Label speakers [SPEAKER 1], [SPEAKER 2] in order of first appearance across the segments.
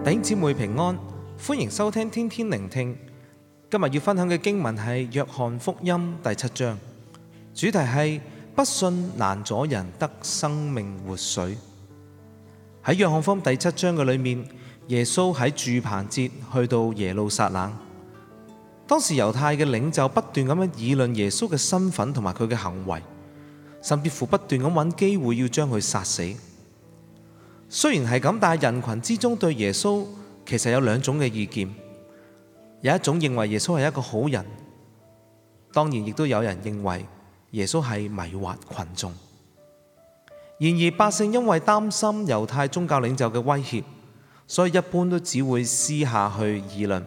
[SPEAKER 1] 弟兄姊妹平安，歡迎收聽天天聆聽。今日要分享嘅經文係約翰福音第7章，主題係不信攔阻人得生命活水。喺約翰福音第7章嘅裏面，耶穌喺住棚節去到耶路撒冷。當時猶太嘅領袖不斷咁樣議論耶穌嘅身份同埋佢嘅行為，甚至乎不斷咁揾機會要將佢殺死。雖然係咁，但係人群之中對耶穌其實有兩種嘅意見。有一種認為耶穌係一個好人，當然亦都有人認為耶穌係迷惑群眾。然而百姓因為擔心猶太宗教領袖嘅威脅，所以一般都只會私下去議論。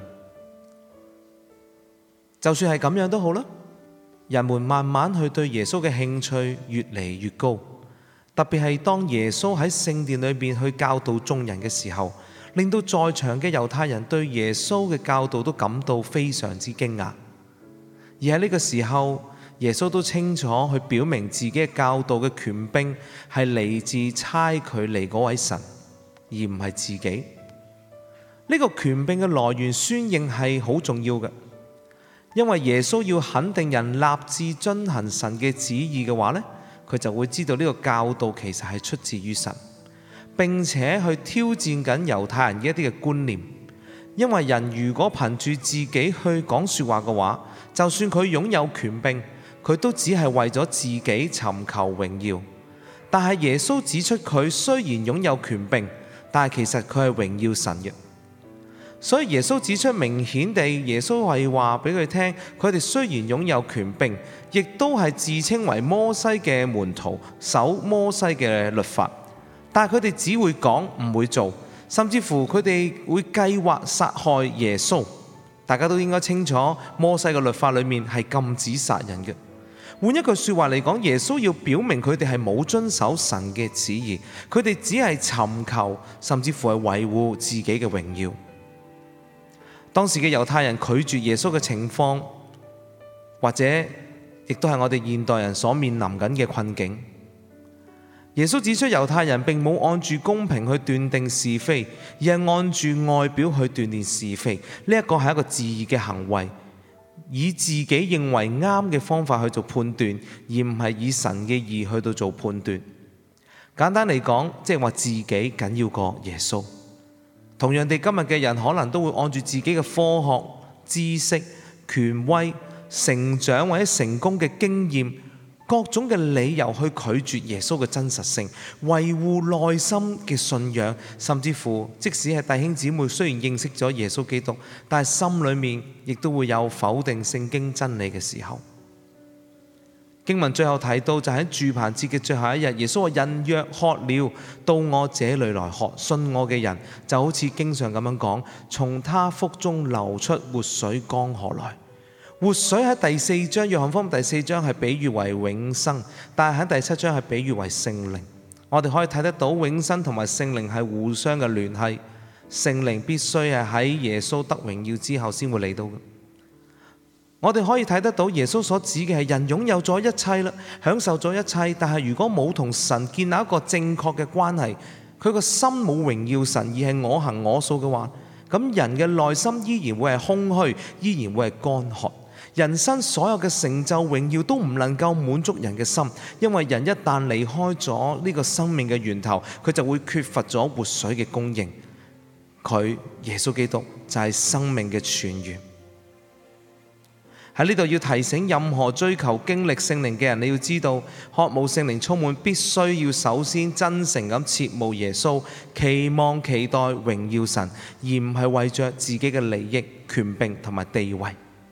[SPEAKER 1] 就算係咁樣都好啦，人們慢慢去對耶穌嘅興趣越嚟越高。特別係當耶穌喺聖殿裏面去教導眾人嘅時候，令到在場嘅猶太人對耶穌嘅教導都感到非常之驚訝。而喺呢個時候，耶穌都清楚去表明自己嘅教導嘅權柄係嚟自差佢嚟嗰位神，而唔係自己。呢個權柄嘅來源宣認係好重要嘅，因為耶穌要肯定人立志遵行神嘅旨意嘅話呢，佢就會知道呢個教導其實係出自於神，並且去挑戰緊猶太人嘅一啲嘅觀念。因為人如果憑住自己去講說話嘅話，就算佢擁有權柄，佢都只係為咗自己尋求榮耀。但係耶穌指出，佢雖然擁有權柄，但係其實佢係榮耀神嘅。所以耶穌指出，明顯地耶穌係話俾佢聽，佢哋雖然擁有權柄，亦都係自稱為摩西嘅門徒，守摩西嘅律法，但係佢哋只會講唔會做，甚至乎佢哋會計劃殺害耶穌。大家都應該清楚，摩西嘅律法裏面係禁止殺人嘅。換一句說話嚟講，耶穌要表明佢哋係冇遵守神嘅旨意，佢哋只係尋求，甚至乎係維護自己嘅榮耀。當時嘅猶太人拒絕耶穌嘅情況，或者亦都係我哋現代人所面臨緊嘅困境。耶穌指出，猶太人並冇按住公平去斷定是非，而係按住外表去斷定是非。呢一個係一個自義嘅行為，以自己認為啱嘅方法去做判斷，而唔係以神嘅義去到做判斷。簡單嚟講，即係話自己緊要過耶穌。同樣地，今日嘅人可能都會按住自己嘅科學、知識、權威、成長或者成功嘅經驗，各種嘅理由去拒絕耶穌嘅真實性，維護內心嘅信仰，甚至乎即使係弟兄姊妹雖然認識咗耶穌基督，但係心裏面亦都會有否定聖經真理嘅時候。經文最後提到，就喺住棚節嘅最後一日，耶穌話：人若渴了，到我這裏來喝，信我嘅人就好似經上咁樣講，從他腹中流出活水江河來。活水喺第4章，約翰福音第4章係比喻為永生，但係喺第7章係比喻為聖靈。我哋可以睇得到永生同埋聖靈係互相嘅聯繫，聖靈必須係喺耶穌得榮耀之後先會嚟到嘅。我哋可以睇得到耶穌所指嘅係人擁有咗一切啦，享受咗一切，但係如果冇同神建立一個正確嘅關係，佢個心冇榮耀神，而係我行我素嘅話，咁人嘅內心依然會係空虛，依然會係乾渴。人生所有嘅成就榮耀都唔能夠滿足人嘅心，因為人一旦離開咗呢個生命嘅源頭，佢就會缺乏咗活水嘅供應。佢耶穌基督就係生命嘅泉源。喺呢度要提醒任何追求經歷聖靈嘅人，你要知道，渴慕聖靈充滿必須要首先真誠咁切慕耶穌，期望期待榮耀神，而唔係為着自己嘅利益、權柄同埋地位。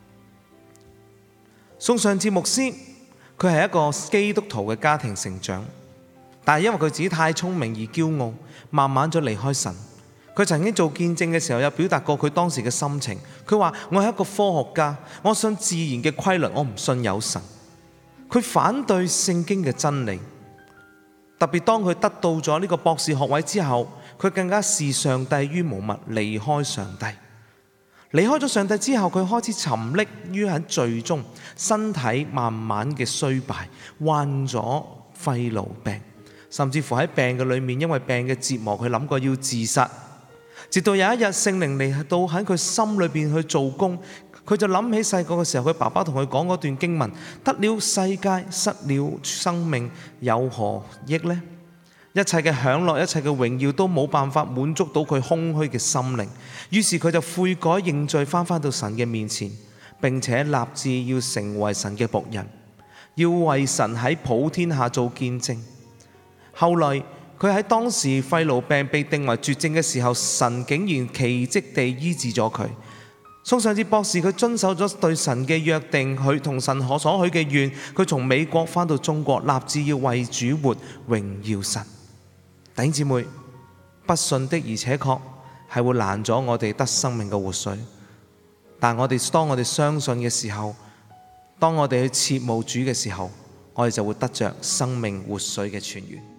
[SPEAKER 1] 宋尚節牧師，佢係一個基督徒嘅家庭成長，但係因為佢自己太聰明而驕傲，慢慢咗離開神。佢曾經做見證嘅時候，有表達過佢當時嘅心情。佢話：我係一個科學家，我信自然嘅規律，我唔信有神。佢反對聖經嘅真理，特別當佢得到咗呢個博士學位之後，佢更加視上帝於無物，離開上帝。離開咗上帝之後，佢開始沉溺於喺罪中，身體慢慢嘅衰敗，患咗肺癆病，甚至乎喺病嘅裏面，因為病嘅折磨，佢諗過要自殺。 直到有一日聖靈嚟到喺佢心裏邊去做工，佢就諗起細個嘅時候，佢爸爸同佢講嗰段經文：得了世界，失了生命，有何益呢？一切嘅享樂，一切嘅榮耀都冇辦法滿足到佢空虛嘅心靈。於是佢就悔改認罪，返到神嘅面前，並且立志要成為神嘅僕人，要為神喺普天下做見證。後來佢喺當時肺癆病被定為絕症嘅時候，神竟然奇蹟地醫治咗佢。宋尚節博士佢遵守咗對神嘅約定，佢同神所許嘅願，佢從美國返到中國，立志要為主活，榮耀神。弟兄姊妹，不信的而且確係會攔咗我哋得生命嘅活水，但當我哋相信嘅時候，當我哋去切慕主嘅時候，我哋就會得着生命活水嘅泉源。